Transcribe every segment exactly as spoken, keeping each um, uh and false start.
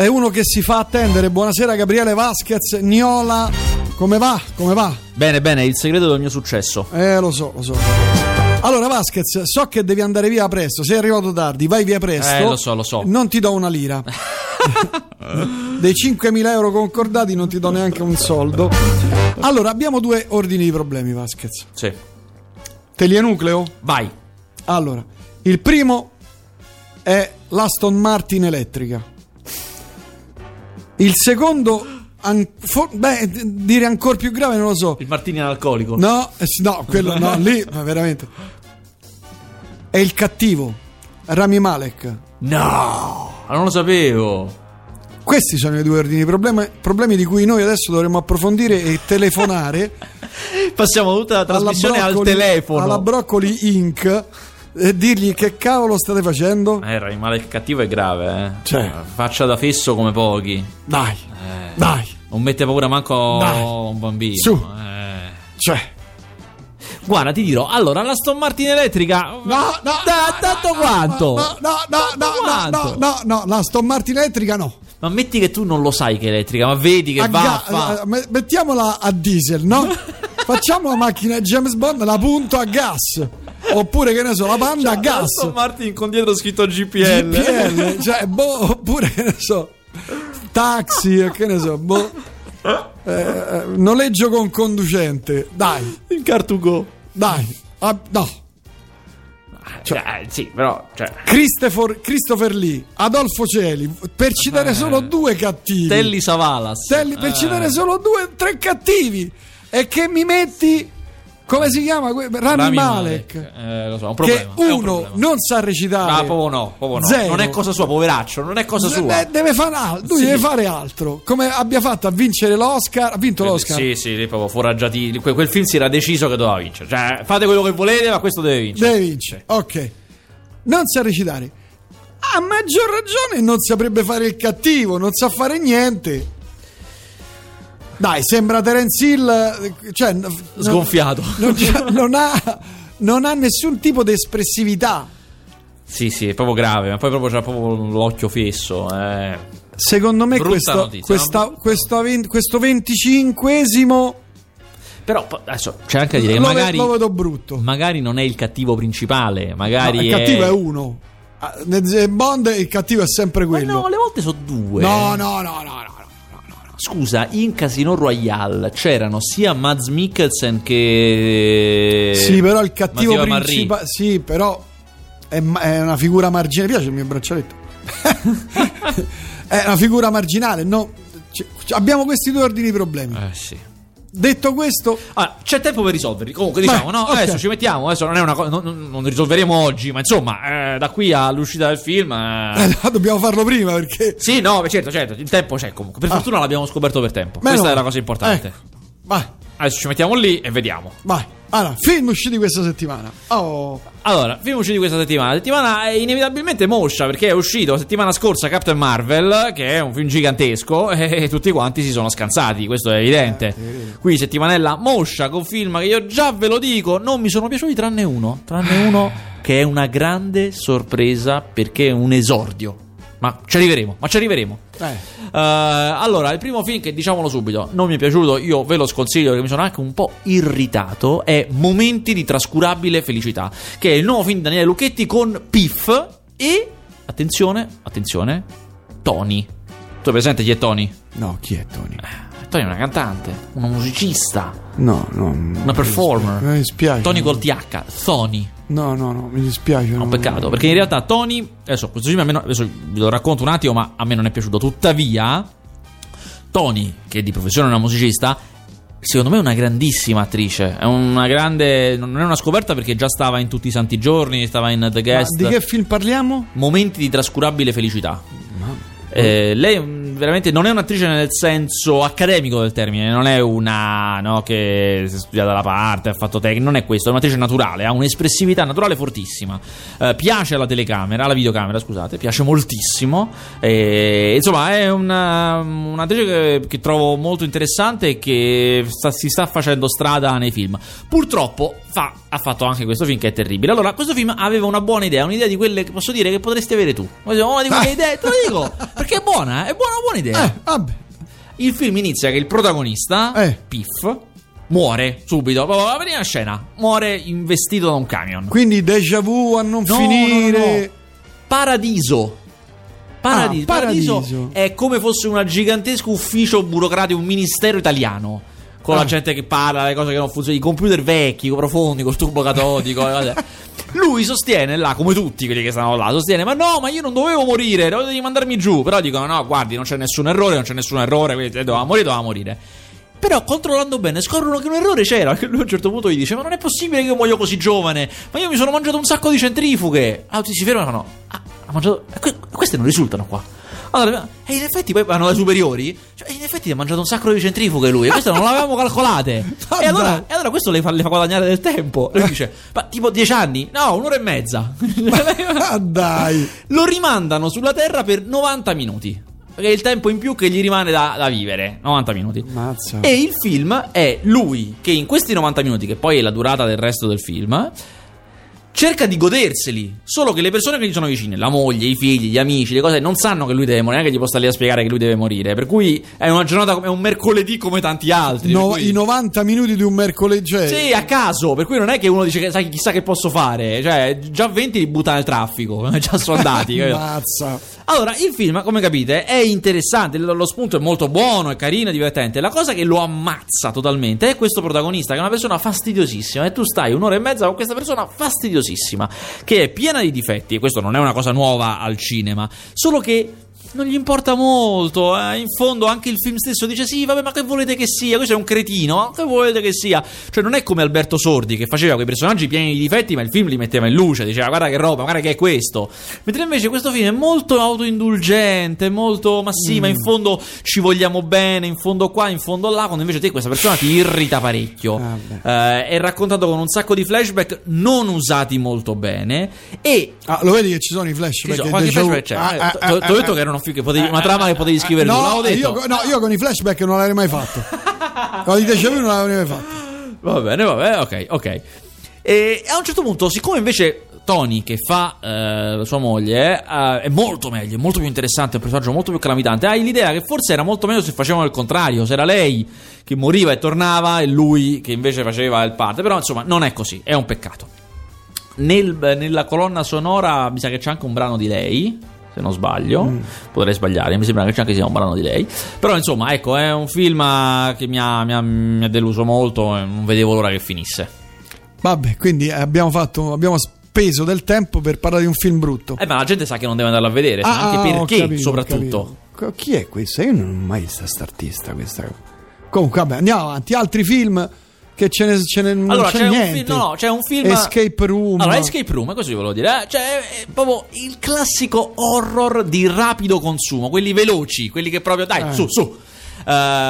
è uno che si fa attendere. Buonasera Gabriele Vasquez, Niola, come va? Come va? Bene, bene, il segreto del mio successo. Eh, lo so, lo so. Allora Vasquez, so che devi andare via presto, sei arrivato tardi, vai via presto. Eh, lo so, lo so. Non ti do una lira. Dei cinquemila euro concordati non ti do neanche un soldo. Allora, abbiamo due ordini di problemi, Vasquez. Sì. Te li enucleo? Vai. Allora, il primo è l'Aston Martin elettrica. Il secondo, an- for- beh, dire ancora più grave non lo so. Il Martini analcolico. No, eh, no, quello no, lì, ma veramente. È il cattivo, Rami Malek. No, non lo sapevo. Questi sono i due ordini problemi, problemi di cui noi adesso dovremmo approfondire e telefonare. Passiamo tutta la trasmissione al telefono. Alla Broccoli Incorporated e dirgli che cavolo state facendo. Eh, Rami Malek cattivo è grave, eh. Cioè. Faccia da fesso come pochi. Dai, eh. dai. Non mette paura manco Dai. un bambino. Su. Eh. Cioè. Guarda, ti dirò, allora la Aston Martin elettrica. No, no, da, tanto no, quanto? No, no, no, no, no, no, no, no, la Aston Martin elettrica no. Ma metti che tu non lo sai che è elettrica, ma vedi che A va ga- fa... eh, mettiamola a diesel, no? Facciamo la macchina James Bond, la punto a gas. Oppure che ne so, la Panda a gas. Aston Martin con dietro scritto G P L. G P L, cioè, boh, oppure che ne so, taxi, che ne so, boh. Eh, noleggio con conducente. Dai. Il Car to Go. Dai. Ah, no. Cioè, eh, sì, però cioè. Christopher, Christopher Lee, Adolfo Celi, per citare eh. solo due cattivi. Telly Savalas. Telly, per eh. citare solo due, tre cattivi. E che mi metti, come si chiama? Rami, Rami Malek. Malek. Eh, lo so, è un problema. Che è un uno problema. non sa recitare. Ah, proprio no, proprio no. Zero. Non è cosa sua, poveraccio, non è cosa Z- sua. eh, deve fare altro, lui Sì. deve fare altro. Come abbia fatto a vincere l'Oscar, ha vinto l'Oscar. Sì, sì, lì proprio foraggiati. Que- quel film si era deciso che doveva vincere. Cioè, fate quello che volete, ma questo deve vincere. Deve vincere. Ok. Non sa recitare. A maggior ragione non saprebbe fare il cattivo, non sa fare niente. Dai, sembra Terence Hill, cioè, n- Sgonfiato. Non, non ha non ha nessun tipo di espressività. Sì, sì, è proprio grave, ma poi proprio c'ha proprio l'occhio fisso. Eh. Secondo me Brutta questo, notizia, questa, no? questo, questo venticinquesimo Però adesso c'è anche da dire che lo, magari lo vedo brutto. magari non è il cattivo principale, magari No, il è... cattivo è uno. Ah, nel James Bond il cattivo è sempre Ma quello. no, le volte sono due. No, no, no, no, no. Scusa, in Casino Royale c'erano sia Mads Mikkelsen che Sì, però il cattivo Mathieu principale. Sì, però è, ma- è una figura marginale. Mi piace il mio braccialetto. È una figura marginale. No, C- abbiamo questi due ordini di problemi. Eh sì. Detto questo, Ah, c'è tempo per risolverli. Comunque, diciamo, Beh, no, ok. adesso ci mettiamo. Adesso non è una cosa. Non, non risolveremo oggi, ma insomma, eh, da qui all'uscita del film. Eh... eh, no, dobbiamo farlo prima perché. Sì, no, certo, certo. Il tempo c'è comunque. Per Ah. fortuna l'abbiamo scoperto per tempo. Meno Questa è male. la cosa importante. Ecco. Vai, Adesso ci mettiamo lì e vediamo. vai. Allora, film usciti questa settimana. Oh. Allora, film usciti questa settimana. La settimana è inevitabilmente moscia perché è uscito la settimana scorsa Captain Marvel, che è un film gigantesco, e tutti quanti si sono scansati, questo è evidente. Qui settimanella moscia con film che io già ve lo dico, non mi sono piaciuti tranne uno. Tranne uno che è una grande sorpresa perché è un esordio. Ma ci arriveremo, ma ci arriveremo. Eh. Uh, allora, il primo film che, diciamolo subito, non mi è piaciuto, io ve lo sconsiglio perché mi sono anche un po' irritato, è Momenti di trascurabile felicità, che è il nuovo film di Daniele Lucchetti con Piff e, attenzione, attenzione, Tony. Tu hai presente chi è Tony? No, chi è Tony? Tony è una cantante, una musicista, No, no. una performer. Mi dispiace. Tony col T H, Tony. No, no, no, mi dispiace. È un peccato, perché in realtà Tony, adesso questo film a me non- adesso vi lo racconto un attimo, ma a me non è piaciuto. Tuttavia, Tony, che di professione è una musicista, secondo me è una grandissima attrice. È una grande, non è una scoperta perché già stava in Tutti i Santi Giorni, stava in The Ma Guest. di che film parliamo? Momenti di trascurabile felicità. Eh, lei mm, veramente non è un'attrice nel senso accademico del termine, non è una, no, che si è studiata la parte, ha fatto tecnica, non è questo, è un'attrice naturale, ha un'espressività naturale fortissima, eh, piace alla telecamera, alla videocamera, scusate, piace moltissimo, eh, insomma è una, un'attrice che, che trovo molto interessante e che sta, si sta facendo strada nei film. Purtroppo fa, ha fatto anche questo film che è terribile. Allora, questo film aveva una buona idea, un'idea di quelle che posso dire che potresti avere tu. Una di quelle idee, te lo dico, perché che è buona, è buona, buona idea. Eh, vabbè. Il film inizia che il protagonista, Eh. Piff, muore subito, proprio la prima scena, muore investito da un camion. Quindi déjà vu a non No, finire. no, no, no. Paradiso. Paradiso. Ah, Paradiso. È come fosse un gigantesco ufficio burocratico, un ministero italiano. Con Ah. la gente che parla, le cose che non funzionano, i computer vecchi, profondi, col tubo catodico. le cose. Lui sostiene là, come tutti quelli che stanno là, sostiene: ma no, ma io non dovevo morire, dovevi mandarmi giù. Però dicono: no, guardi, non c'è nessun errore, non c'è nessun errore, quindi doveva morire, doveva morire. Però controllando bene scoprono che un errore c'era. Che lui a un certo punto gli dice: ma non è possibile che io muoio così giovane, ma io mi sono mangiato un sacco di centrifughe. Ah, tutti si fermano e fanno: ah, ha mangiato. Que- queste non risultano qua. Allora, e in effetti poi vanno dai superiori. Cioè, in effetti ha mangiato un sacco di centrifughe lui. E queste non l'avevamo calcolate. e, allora, e allora questo le fa, le fa guadagnare del tempo. Lui dice: ma tipo dieci anni? No, un'ora e mezza. Ah, dai. Lo rimandano sulla Terra per novanta minuti. Perché è il tempo in più che gli rimane da, da vivere. novanta minuti. Mazza. E il film è lui che in questi novanta minuti, che poi è la durata del resto del film, cerca di goderseli. Solo che le persone che gli sono vicine, la moglie, i figli, gli amici, le cose, non sanno che lui deve morire, non è che gli può stare lì a spiegare che lui deve morire. Per cui è una giornata come un mercoledì come tanti altri. No, cui... I novanta minuti di un mercoledì. Cioè... Sì, a caso. Per cui non è che uno dice che sai, chissà che posso fare. Cioè, già venti li butta nel traffico. Già sono andati. Mazza. Allora, il film, come capite, è interessante. Lo, lo spunto è molto buono, è carino, è divertente. La cosa che lo ammazza totalmente è questo protagonista, che è una persona fastidiosissima. E tu stai un'ora e mezza con questa persona fastidiosissima, che è piena di difetti. E questo non è una cosa nuova al cinema. Solo che non gli importa molto, eh. In fondo anche il film stesso dice: sì, vabbè, ma che volete che sia? Questo è un cretino, ma che volete che sia? Cioè non è come Alberto Sordi, che faceva quei personaggi pieni di difetti, ma il film li metteva in luce, diceva: guarda che roba, guarda che è questo. Mentre invece questo film è molto autoindulgente, molto: ma sì, mm. ma in fondo ci vogliamo bene, in fondo qua, in fondo là. Quando invece te questa persona ti irrita parecchio. ah, eh, È raccontato con un sacco di flashback non usati molto bene. E ah, lo vedi che ci sono i flashback? Sono, qualche flashback c'è. Ah, Ti ho ah, detto ah, che erano che potevi, una trama che potevi scrivere no, tu. L'avevo detto. Io, no, io con i flashback non l'avrei mai fatto. Con i déjà vu non l'avrei mai fatto. Va bene, va bene, ok, ok. E a un certo punto, siccome invece Tony, che fa eh, sua moglie, eh, è molto meglio, è molto più interessante, è un personaggio molto più calamitante, hai l'idea che forse era molto meglio se facevano il contrario, se era lei che moriva e tornava e lui che invece faceva il parte. Però insomma non è così, è un peccato. Nel, nella colonna sonora mi sa che c'è anche un brano di lei, se non sbaglio, mm. potrei sbagliare, mi sembra che c'è anche sia un brano di lei. Però insomma, ecco, è un film che mi ha, mi ha, mi ha deluso molto e non vedevo l'ora che finisse. Vabbè, quindi abbiamo fatto, abbiamo speso del tempo per parlare di un film brutto. Eh, ma la gente sa che non deve andarlo a vedere, ah, anche perché, capito, soprattutto. Chi è questa? Io non ho mai visto quest'artista, questa. Comunque, vabbè, andiamo avanti. Altri film che ce ne, ce ne non allora, c'è, c'è niente. Un film, no, no, c'è un film Escape Room. Allora, Escape Room, questo vi volevo dire, eh? Cioè è proprio il classico horror di rapido consumo, quelli veloci, quelli che proprio dai, eh. su, su. Uh,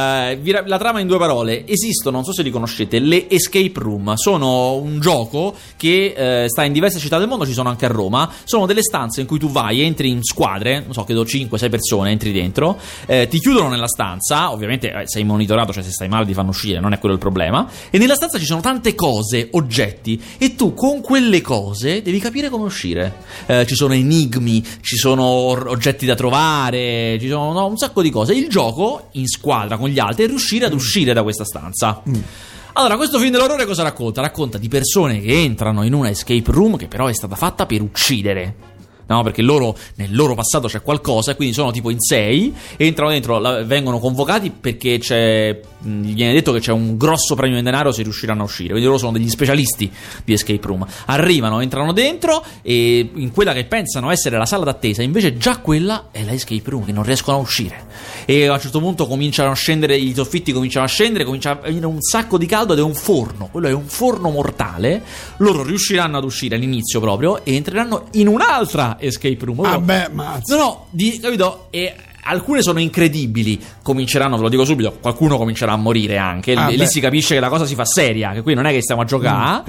la trama in due parole: esistono, non so se li conoscete, le escape room. Sono un gioco che uh, sta in diverse città del mondo, ci sono anche a Roma. Sono delle stanze in cui tu vai, entri in squadre, non so, credo cinque sei persone, entri dentro, eh, ti chiudono nella stanza, ovviamente eh, sei monitorato, cioè se stai male ti fanno uscire, non è quello il problema. E nella stanza ci sono tante cose, oggetti, e tu con quelle cose devi capire come uscire. Eh, ci sono enigmi, ci sono oggetti da trovare, ci sono no, un sacco di cose. Il gioco in squadra con gli altri e riuscire ad uscire da questa stanza. Mm. Allora, questo film dell'orrore cosa racconta? Racconta di persone che entrano in una escape room che però è stata fatta per uccidere. No, perché loro nel loro passato c'è qualcosa e quindi sono tipo in sei, entrano dentro, la, vengono convocati perché c'è gli viene detto che c'è un grosso premio in denaro se riusciranno a uscire, quindi loro sono degli specialisti di escape room. Arrivano, entrano dentro e in quella che pensano essere la sala d'attesa, invece già quella è la escape room, che non riescono a uscire. E a un certo punto cominciano a scendere, i soffitti cominciano a scendere, comincia a venire un sacco di caldo ed è un forno, quello è un forno mortale. Loro riusciranno ad uscire all'inizio proprio e entreranno in un'altra escape room. Loro, ah beh, mazza. No, no, di, capito? E alcune sono incredibili, cominceranno, ve lo dico subito, qualcuno comincerà a morire anche, ah lì beh. si capisce che la cosa si fa seria, che qui non è che stiamo a giocare. mm.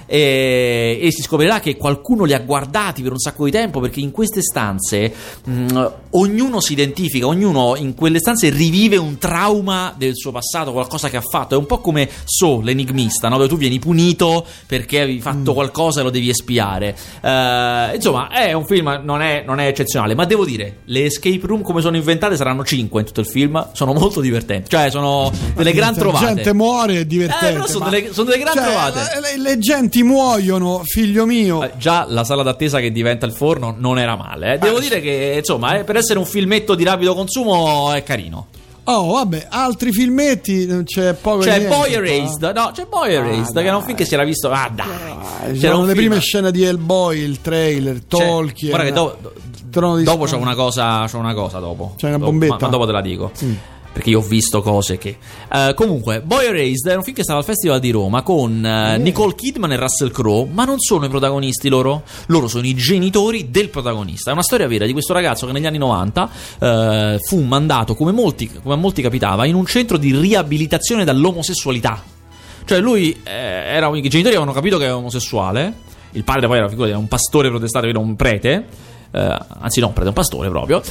e, e si scoprirà che qualcuno li ha guardati per un sacco di tempo, perché in queste stanze mh, ognuno si identifica, ognuno in quelle stanze rivive un trauma del suo passato, qualcosa che ha fatto. È un po' come So, l'enigmista, no? Dove tu vieni punito perché avevi fatto mm. qualcosa e lo devi espiare. Uh, insomma, è un film, non è, non è eccezionale, ma devo dire, le escape room come sono inventate saranno cinque in tutto il film, sono molto divertenti, cioè sono delle gran trovate. La gente muore, è divertente. Eh, però sono, ma... delle, sono delle gran cioè, trovate. Le, le genti muoiono, figlio mio. Eh, già la sala d'attesa che diventa il forno non era male. Eh. Devo ah, dire che, insomma, eh, per essere un filmetto di rapido consumo è carino. Oh, vabbè, altri filmetti c'è poco. C'è niente, Boy Erased, no, c'è Boy Erased, ah, che era un film che si era visto. Ah, dai, dai c'erano le film. prime scene di Hellboy, il trailer, Tolkien. Guarda che do, do, dopo c'ho una cosa, c'ho una cosa dopo. C'è una bombetta. Ma, ma dopo te la dico. Mm. Perché io ho visto cose che uh, comunque Boy Erased è un film che stava al Festival di Roma con uh, mm. Nicole Kidman e Russell Crowe, ma non sono i protagonisti loro, loro sono i genitori del protagonista. È una storia vera di questo ragazzo che negli anni novanta uh, fu mandato, come molti, come a molti capitava, in un centro di riabilitazione dall'omosessualità. Cioè lui eh, era, i genitori avevano capito che era omosessuale, il padre poi era, figurati, era un pastore protestante, era un prete. Uh, anzi no, prende un pastore proprio,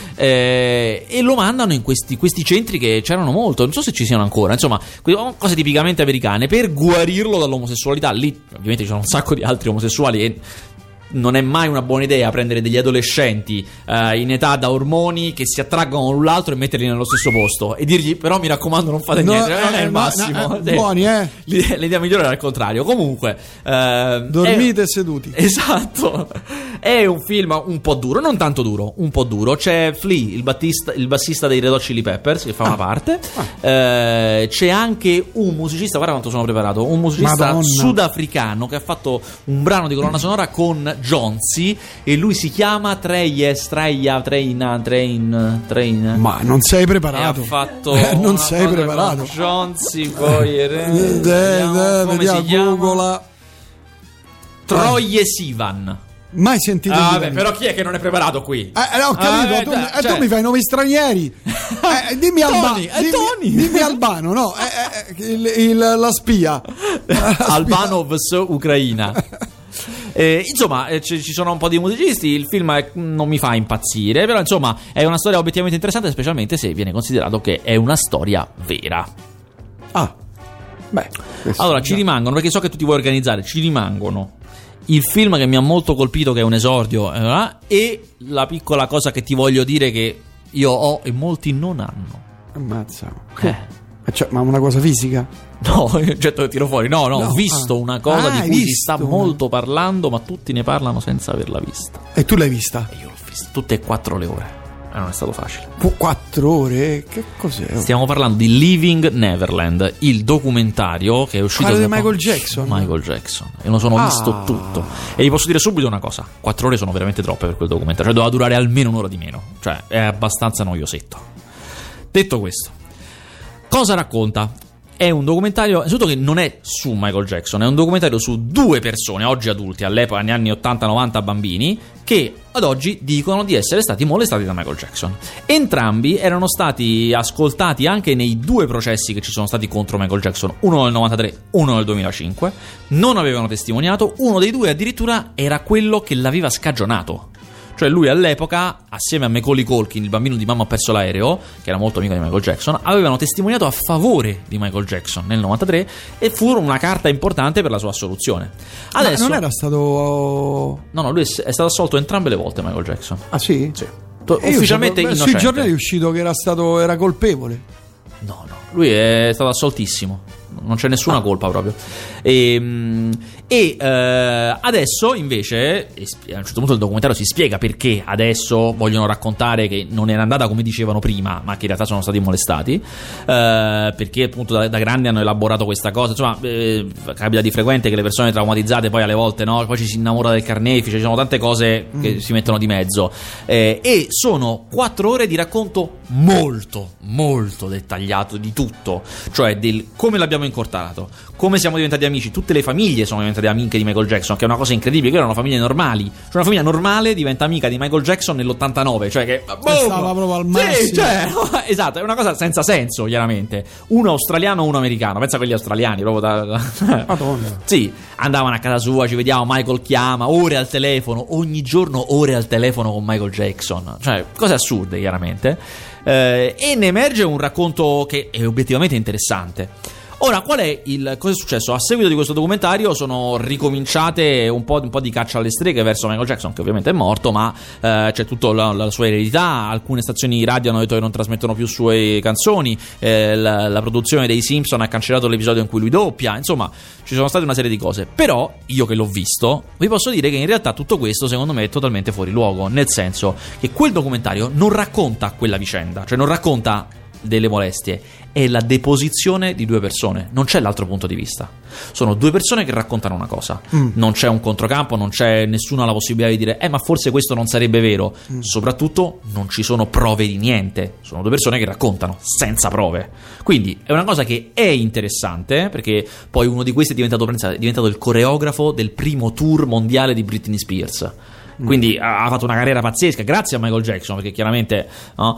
eh, e lo mandano in questi, questi centri che c'erano molto, non so se ci siano ancora, insomma cose tipicamente americane, per guarirlo dall'omosessualità. Lì ovviamente ci sono un sacco di altri omosessuali e non è mai una buona idea prendere degli adolescenti uh, in età da ormoni che si attraggono l'un l'altro e metterli nello stesso posto e dirgli però mi raccomando non fate no, niente, eh, non è il no, massimo no, eh, buoni, eh. L'idea, l'idea migliore era il contrario. Comunque uh, dormite è, seduti. Esatto. È un film un po' duro, non tanto duro, un po' duro. C'è Flea, il, battista, il bassista dei Red Hot Chili Peppers, che fa ah. una parte. Ah. Eh, c'è anche un musicista, guarda quanto sono preparato, un musicista Madonna. sudafricano che ha fatto un brano di colonna sonora con Jonsi e lui si chiama Treyes, Treia, Treina, Train, Train. Ma non sei preparato. E ha fatto eh, non sei preparato. Jonsi, poi de, de, come si chiama? Troye Sivan. Mai sentito ah, vabbè, però chi è che non è preparato qui? Eh, ho capito, ah, tu, eh, cioè... tu mi fai nomi stranieri. Eh, dimmi Albano, dimmi, dimmi Albano, no? Eh, eh, il, il, la spia. Albano vs Ucraina. Eh, insomma, eh, c- ci sono un po' di musicisti. Il film è, non mi fa impazzire, però insomma è una storia obiettivamente interessante, specialmente se viene considerato che è una storia vera. Ah, beh. Allora, ci rimangono, perché so che tu ti vuoi organizzare, ci rimangono il film che mi ha molto colpito, che è un esordio, eh, e la piccola cosa che ti voglio dire che io ho e molti non hanno. Ammazza. Eh. Cioè, ma una cosa fisica? No, certo che tiro fuori. No, no, no. ho visto ah. una cosa ah, di cui visto? si sta molto parlando, ma tutti ne parlano senza averla vista. E tu l'hai vista? E io l'ho vista, tutte e quattro le ore. E non è stato facile. Quattro ore? Che cos'è? Stiamo parlando di Living Neverland, il documentario che è uscito Quello di Michael Jackson. Michael Jackson. E lo sono ah. visto tutto. E vi posso dire subito una cosa: quattro ore sono veramente troppe per quel documentario. Cioè doveva durare almeno un'ora di meno. Cioè è abbastanza noiosetto. Detto questo, cosa racconta? È un documentario, innanzitutto, che non è su Michael Jackson, è un documentario su due persone, oggi adulti, all'epoca, negli anni ottanta novanta bambini, che ad oggi dicono di essere stati molestati da Michael Jackson. Entrambi erano stati ascoltati anche nei due processi che ci sono stati contro Michael Jackson, uno nel novantatré, uno nel duemilacinque, non avevano testimoniato, uno dei due addirittura era quello che l'aveva scagionato. Cioè lui all'epoca, assieme a Macaulay Culkin, il bambino di Mamma ha perso l'aereo, che era molto amico di Michael Jackson, avevano testimoniato a favore di Michael Jackson nel novantatré e furono una carta importante per la sua assoluzione. Adesso, ma non era stato... No, no, lui è stato assolto entrambe le volte, Michael Jackson. Ah sì? Sì. Ufficialmente so, innocente. Sui giornali è uscito che era stato era colpevole. No, no, lui è stato assoltissimo. Non c'è nessuna ah. colpa proprio. E, e eh, adesso invece, a un certo punto del documentario si spiega perché adesso vogliono raccontare che non era andata come dicevano prima, ma che in realtà sono stati molestati, eh, perché appunto da, da grandi hanno elaborato questa cosa. Insomma, eh, capita di frequente che le persone traumatizzate poi alle volte, no, poi ci si innamora del carnefice, ci sono tante cose che mm. si mettono di mezzo, eh, e sono quattro ore di racconto molto molto dettagliato di tutto, cioè del come l'abbiamo incortato, come siamo diventati amici, tutte le famiglie sono diventate amiche di Michael Jackson, che è una cosa incredibile, che erano famiglie normali. Cioè una famiglia normale diventa amica di Michael Jackson nell'ottantanove, cioè che boom! Stava proprio al massimo. Sì, cioè, esatto, è una cosa senza senso, chiaramente. Uno australiano, uno americano. Pensa a quelli australiani, proprio da, da... Madonna. Sì, andavano a casa sua, ci vediamo, Michael chiama, ore al telefono, ogni giorno ore al telefono con Michael Jackson. Cioè, cose assurde, chiaramente. Eh, e ne emerge un racconto che è obiettivamente interessante. Ora, qual è il cosa è successo? A seguito di questo documentario sono ricominciate un po', un po' di caccia alle streghe verso Michael Jackson, che ovviamente è morto, ma eh, c'è tutta la, la sua eredità. Alcune stazioni radio hanno detto che non trasmettono più sue canzoni, eh, la, la produzione dei Simpson ha cancellato l'episodio in cui lui doppia. Insomma, ci sono state una serie di cose. Però, io che l'ho visto, vi posso dire che in realtà tutto questo secondo me è totalmente fuori luogo, nel senso che quel documentario non racconta quella vicenda, cioè non racconta delle molestie, è la deposizione di due persone, non c'è l'altro punto di vista, sono due persone che raccontano una cosa, mm. non c'è un controcampo, non c'è nessuno la possibilità di dire eh ma forse questo non sarebbe vero, mm. soprattutto non ci sono prove di niente, sono due persone che raccontano senza prove, quindi è una cosa che è interessante, perché poi uno di questi è diventato, pensate, è diventato il coreografo del primo tour mondiale di Britney Spears. Quindi mm. ha fatto una carriera pazzesca grazie a Michael Jackson, perché chiaramente no,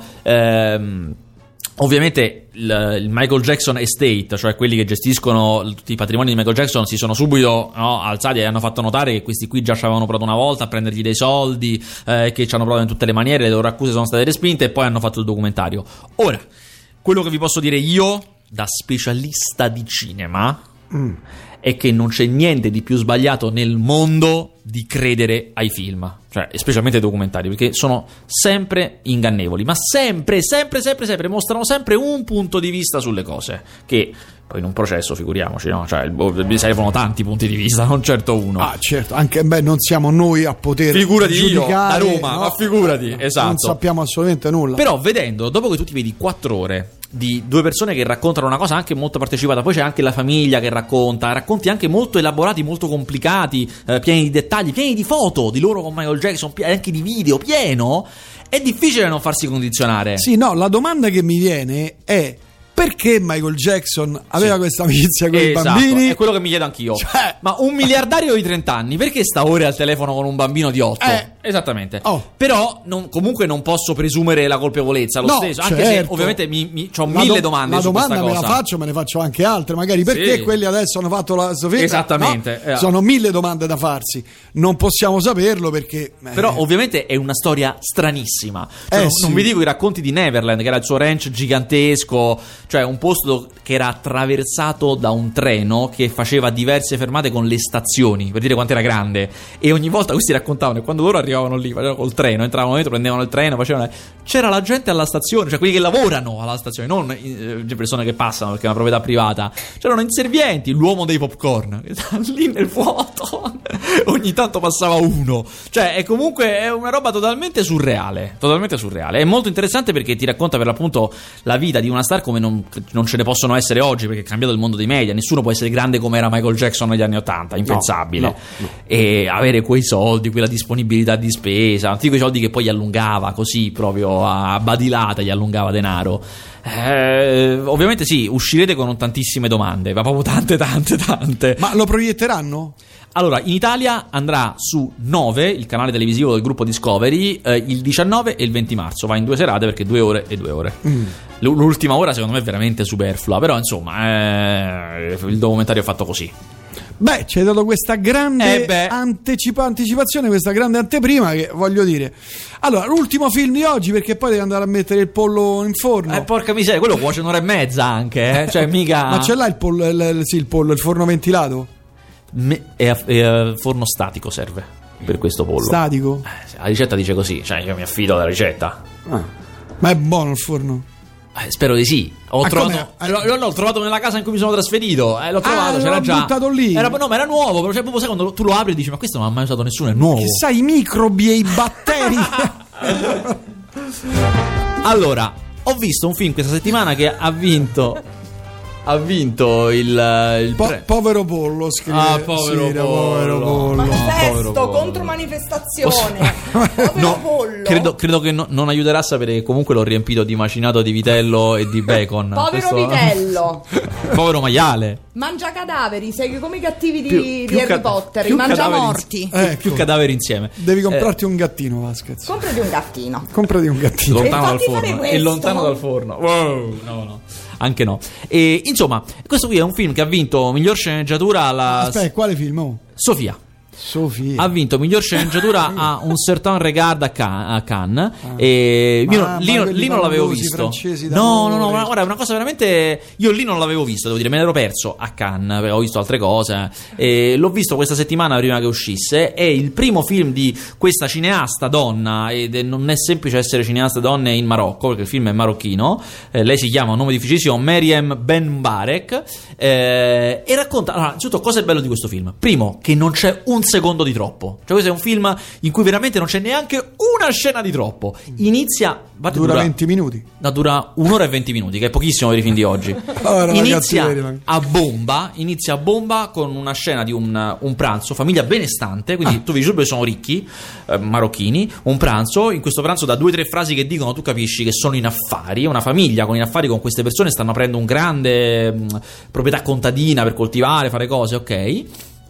ehm, ovviamente il, il Michael Jackson Estate, cioè quelli che gestiscono tutti i patrimoni di Michael Jackson, si sono subito no, alzati e hanno fatto notare che questi qui già ci avevano provato una volta a prendergli dei soldi, eh, che ci hanno provato in tutte le maniere, le loro accuse sono state respinte e poi hanno fatto il documentario. Ora, quello che vi posso dire io, da specialista di cinema, mm. è che non c'è niente di più sbagliato nel mondo di credere ai film, cioè specialmente ai documentari, perché sono sempre ingannevoli, ma sempre, sempre, sempre, sempre mostrano sempre un punto di vista sulle cose, che poi in un processo figuriamoci, no? Cioè mi servono tanti punti di vista, non certo uno. Ah certo, anche beh non siamo noi a poter figurati giudicare, io, da Roma, no? ma figurati, esatto. Non sappiamo assolutamente nulla. Però vedendo, dopo che tu ti vedi quattro ore di due persone che raccontano una cosa anche molto partecipata, poi c'è anche la famiglia che racconta, racconti anche molto elaborati, molto complicati, eh, pieni di dettagli, pieni di foto di loro con Michael Jackson, anche di video, pieno, è difficile non farsi condizionare. Sì, no, la domanda che mi viene è: perché Michael Jackson aveva sì. questa amicizia con esatto, i bambini? È quello che mi chiedo anch'io. Cioè, ma un miliardario di trenta anni, perché sta ore al telefono con un bambino di otto? Eh, Esattamente. Oh. Però non, comunque non posso presumere la colpevolezza lo no, stesso, anche certo. se ovviamente mi, mi, ho la mille do- domande la su questa domanda cosa. me la faccio, me ne faccio anche altre, magari perché sì. quelli adesso hanno fatto la Sofia. Esattamente. No, eh. sono mille domande da farsi. Non possiamo saperlo perché eh. Però ovviamente è una storia stranissima. Cioè, eh, non, sì. non vi dico i racconti di Neverland, che era il suo ranch gigantesco, cioè un posto che era attraversato da un treno che faceva diverse fermate con le stazioni, per dire quanto era grande, e ogni volta questi raccontavano, e quando loro arrivavano lì, facevano col treno, entravano dentro, prendevano il treno, facevano, c'era la gente alla stazione, cioè quelli che lavorano alla stazione, non le eh, persone che passano perché è una proprietà privata, c'erano inservienti, l'uomo dei popcorn che sta lì nel vuoto ogni tanto passava uno, cioè è comunque è una roba totalmente surreale, totalmente surreale. È molto interessante perché ti racconta per l'appunto la vita di una star come non, non ce ne possono essere oggi, perché è cambiato il mondo dei media, nessuno può essere grande come era Michael Jackson negli anni ottanta, impensabile. No, no, no. E avere quei soldi, quella disponibilità di spesa, tutti quei soldi che poi gli allungava così proprio a badilata, gli allungava denaro. Eh, ovviamente sì, uscirete con tantissime domande, ma proprio tante tante tante. Ma lo proietteranno? Allora, in Italia andrà su nove, il canale televisivo del gruppo Discovery, eh, il diciannove e il venti marzo. Va in due serate perché due ore e due ore. Mm. L'ultima ora secondo me è veramente superflua, però insomma eh, il documentario è fatto così. Beh, ci hai dato questa grande eh anticipa- anticipazione, questa grande anteprima che voglio dire. Allora, l'ultimo film di oggi, perché poi devi andare a mettere il pollo in forno. Eh, porca miseria, quello cuoce un'ora e mezza anche, eh? Cioè mica... Ma ce l'hai il pollo, il, il, sì, il pollo, il forno ventilato? Me- è, a, è a forno statico serve per questo pollo. Statico? Eh, la ricetta dice così, cioè io mi affido alla ricetta. Ah. Ma è buono il forno? Eh, spero di sì. Ho ah, trovato, l'ho, l'ho trovato nella casa in cui mi sono trasferito. Eh, l'ho trovato, ah, c'era l'ho già. buttato lì. Era, no, ma era nuovo. Cioè, proprio sai, quando tu lo apri e dici: ma questo non ha mai usato nessuno, è nuovo. Chissà i microbi e i batteri. Allora, ho visto un film questa settimana che ha vinto. Ha vinto il, il po- pre- povero pollo, scrive. Ah, povero sì, pollo. povero pollo. Manifesto pollo. Contro manifestazione. Povero no, pollo. Credo, credo che no, non aiuterà a sapere che comunque l'ho riempito di macinato di vitello e di bacon. Povero Questo... vitello. Povero maiale. Mangia cadaveri, sei come i cattivi di, Più- di più Harry ca- Potter, più i mangia cadaveri morti. Più, Ecco. più cadaveri insieme. Devi comprarti un gattino, Vasquez. Comprati un gattino. Comprati un gattino. Lontano E dal fatti fare forno. questo. E lontano dal forno. Wow, no, no. Anche no. E insomma, questo qui è un film che ha vinto miglior sceneggiatura alla Aspetta, quale film? Oh? Sofia. Sofia. Ha vinto miglior sceneggiatura a un certain regard a, Can- a Cannes. E io Ma- lì, ma non- quelli lì non l'avevo paurosi visto. francesi No, no, no, d'amore. ma guarda, è una cosa veramente. Io lì non l'avevo visto, devo dire, me l'ero perso a Cannes. Avevo visto altre cose. E l'ho visto questa settimana prima che uscisse. È il primo film di questa cineasta donna. Ed è- non è semplice essere cineasta donne in Marocco, perché il film è marocchino. Eh, lei si chiama, un nome difficilissimo, Meriem Benbarek. Eh, e racconta. Allora, innanzitutto, cosa è bello di questo film? Primo, che non c'è un secondo di troppo. Cioè, questo è un film in cui veramente non c'è neanche una scena di troppo. Inizia. guarda, Dura venti minuti. No, dura un'ora e venti minuti, che è pochissimo per i film di oggi. Oh, era Inizia cattiveria. a bomba. Inizia a bomba con una scena di un, un pranzo, famiglia benestante. Quindi Ah. tu vedi subito che sono ricchi, eh, marocchini. Un pranzo. In questo pranzo, da due o tre frasi che dicono, tu capisci che sono in affari. Una famiglia con in affari con queste persone, stanno aprendo un grande mh, proprietà contadina per coltivare, fare cose, ok.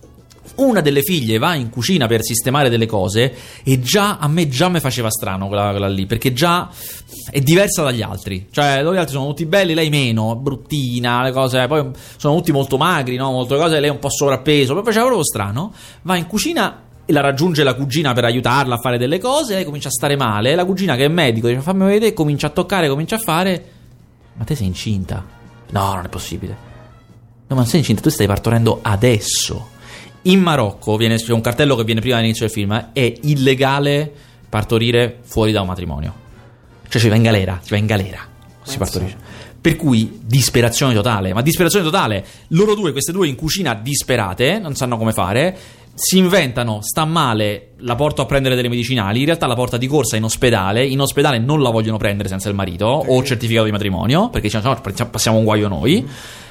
Una delle figlie va in cucina per sistemare delle cose e già a me già mi faceva strano quella, quella lì, perché già è diversa dagli altri. Cioè, gli altri sono tutti belli, lei meno, bruttina, le cose, poi sono tutti molto magri, no? Molte cose, lei un po' sovrappeso, poi faceva proprio strano. Va in cucina e la raggiunge la cugina per aiutarla a fare delle cose, lei comincia a stare male, la cugina che è medico dice fammi vedere, comincia a toccare, comincia a fare. Ma te sei incinta? No, non è possibile. No, ma non sei incinta, tu stai partorendo adesso. In Marocco viene, c'è un cartello che viene prima dell'inizio del film, è illegale partorire fuori da un matrimonio. Cioè si va in galera, si va in galera, si partorisce. Per cui disperazione totale, ma disperazione totale. Loro due, queste due in cucina disperate, non sanno come fare, si inventano, sta male, la porto a prendere delle medicinali, in realtà la porta di corsa in ospedale, in ospedale non la vogliono prendere senza il marito o il certificato di matrimonio, perché dicono no, passiamo un guaio noi.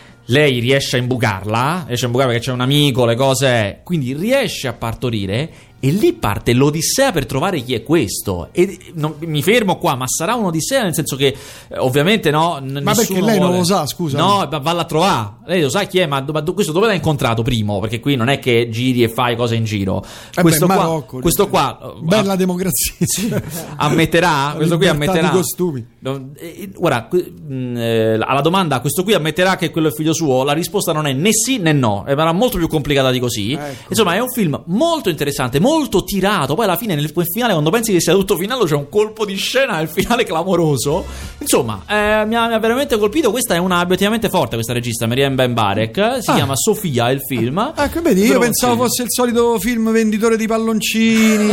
Lei riesce a imbucarla, riesce a imbucarla perché c'è un amico, le cose, quindi riesce a partorire e lì parte l'odissea per trovare chi è questo. E non, mi fermo qua, ma sarà un'odissea nel senso che eh, ovviamente no, n- Ma perché lei vuole... non lo sa, scusa. No, va- valla a trovare. Lei lo sa chi è, ma, ma questo dove l'ha incontrato primo? Perché qui non è che giri e fai cose in giro. Eh questo, beh, qua, Marocco, questo qua bella democrazia. ammetterà, questo qui Libertà ammetterà di costumi. No, eh, guarda, que- mh, eh, alla domanda questo qui ammetterà che quello è figlio suo, la risposta non è né sì né no, è molto più complicata di così. Ecco. Insomma, è un film molto interessante, molto tirato. Poi alla fine, nel finale, quando pensi che sia tutto finale, c'è un colpo di scena nel finale clamoroso. Insomma, eh, mi, ha, mi ha veramente colpito. Questa è una obiettivamente forte, questa regista, Meriem Benbarek. Si Ah. chiama Sofia il film. Ecco, vedi, io Però, pensavo sì. fosse il solito film venditore di palloncini,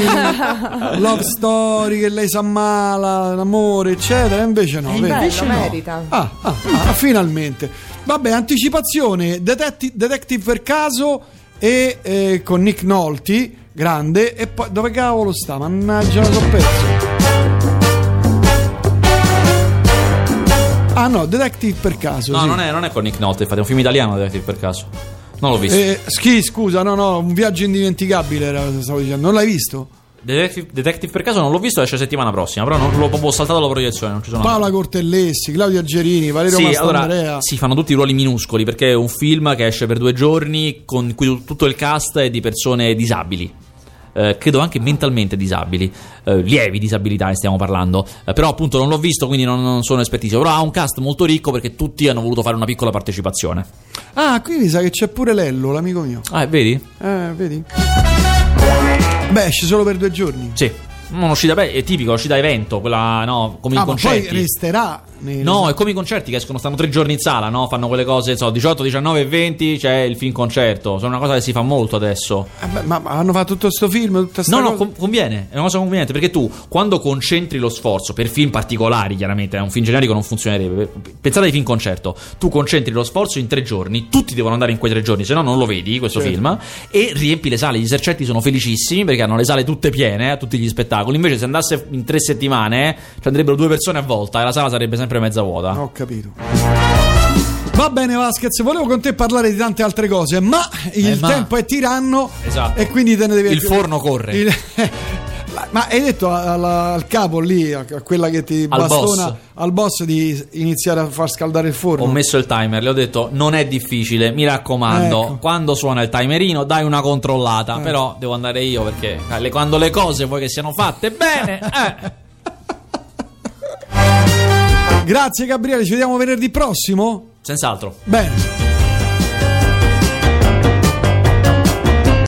love story, che lei si ammala, l'amore, eccetera. Invece no, Eh, vedi? bello, Invece no. merita. Ah, ah, ah, finalmente. Vabbè, anticipazione, Detective, Detective per caso e eh, con Nick Nolte, grande, e poi dove cavolo sta? Mannaggia, l'ho perso. Ah no, Detective per caso. No, sì. non, è, non è con Nick Nolte, infatti, è un film italiano, Detective per caso. Non l'ho visto. Eh, schi, scusa, no, no, un viaggio indimenticabile era, stavo dicendo. Non l'hai visto? Detective, Detective per caso non l'ho visto, esce settimana prossima, però non l'ho proprio saltato la proiezione, non ci sono Paola andato. Cortellessi, Claudia Gerini, Valerio Sì, Mastandrea. allora, sì, fanno tutti i ruoli minuscoli perché è un film che esce per due giorni con cui tutto il cast è di persone disabili. Eh, credo anche mentalmente disabili, eh, lievi disabilità ne stiamo parlando, eh, però appunto non l'ho visto, quindi non, non sono espertissimo, però ha un cast molto ricco perché tutti hanno voluto fare una piccola partecipazione. Ah, qui mi sa che c'è pure Lello, l'amico mio. Ah, vedi? Eh, vedi? Beh, esce solo per due giorni. Sì. Un'uscita, beh, è tipico, uscita evento, quella, no, come Ah, i ma concerti. poi resterà nel... No, è come i concerti che escono, stanno tre giorni in sala, no? Fanno quelle cose, so, diciotto, diciannove e venti c'è il film concerto. Sono una cosa che si fa molto adesso. Eh beh, ma, ma hanno fatto tutto sto film, tutta sta No, no, cosa? com- conviene, è una cosa conveniente, perché tu, quando concentri lo sforzo, per film particolari, chiaramente, è un film generico non funzionerebbe. Pensate ai film concerto, tu concentri lo sforzo in tre giorni, tutti devono andare in quei tre giorni, se no non lo vedi, questo Certo. film, e riempi le sale. Gli esercetti sono felicissimi perché hanno le sale tutte piene, a tutti gli spettacoli. Invece se andasse in tre settimane, ci andrebbero due persone a volta e la sala sarebbe sempre mezza vuota. Ho capito. Va bene Vasquez, volevo con te parlare di tante altre cose, ma il Eh, ma- tempo è tiranno. Esatto. E quindi te ne devi Il forno corre. Il- Ma hai detto al, al capo lì, a quella che ti Al bastona, boss. al boss di iniziare a far scaldare il forno? Ho messo il timer, le ho detto non è difficile, mi raccomando, Ecco. quando suona il timerino dai una controllata, Eh. però devo andare io perché eh, le- quando le cose vuoi che siano fatte bene, eh. Grazie Gabriele, ci vediamo venerdì prossimo? Senz'altro. Bene.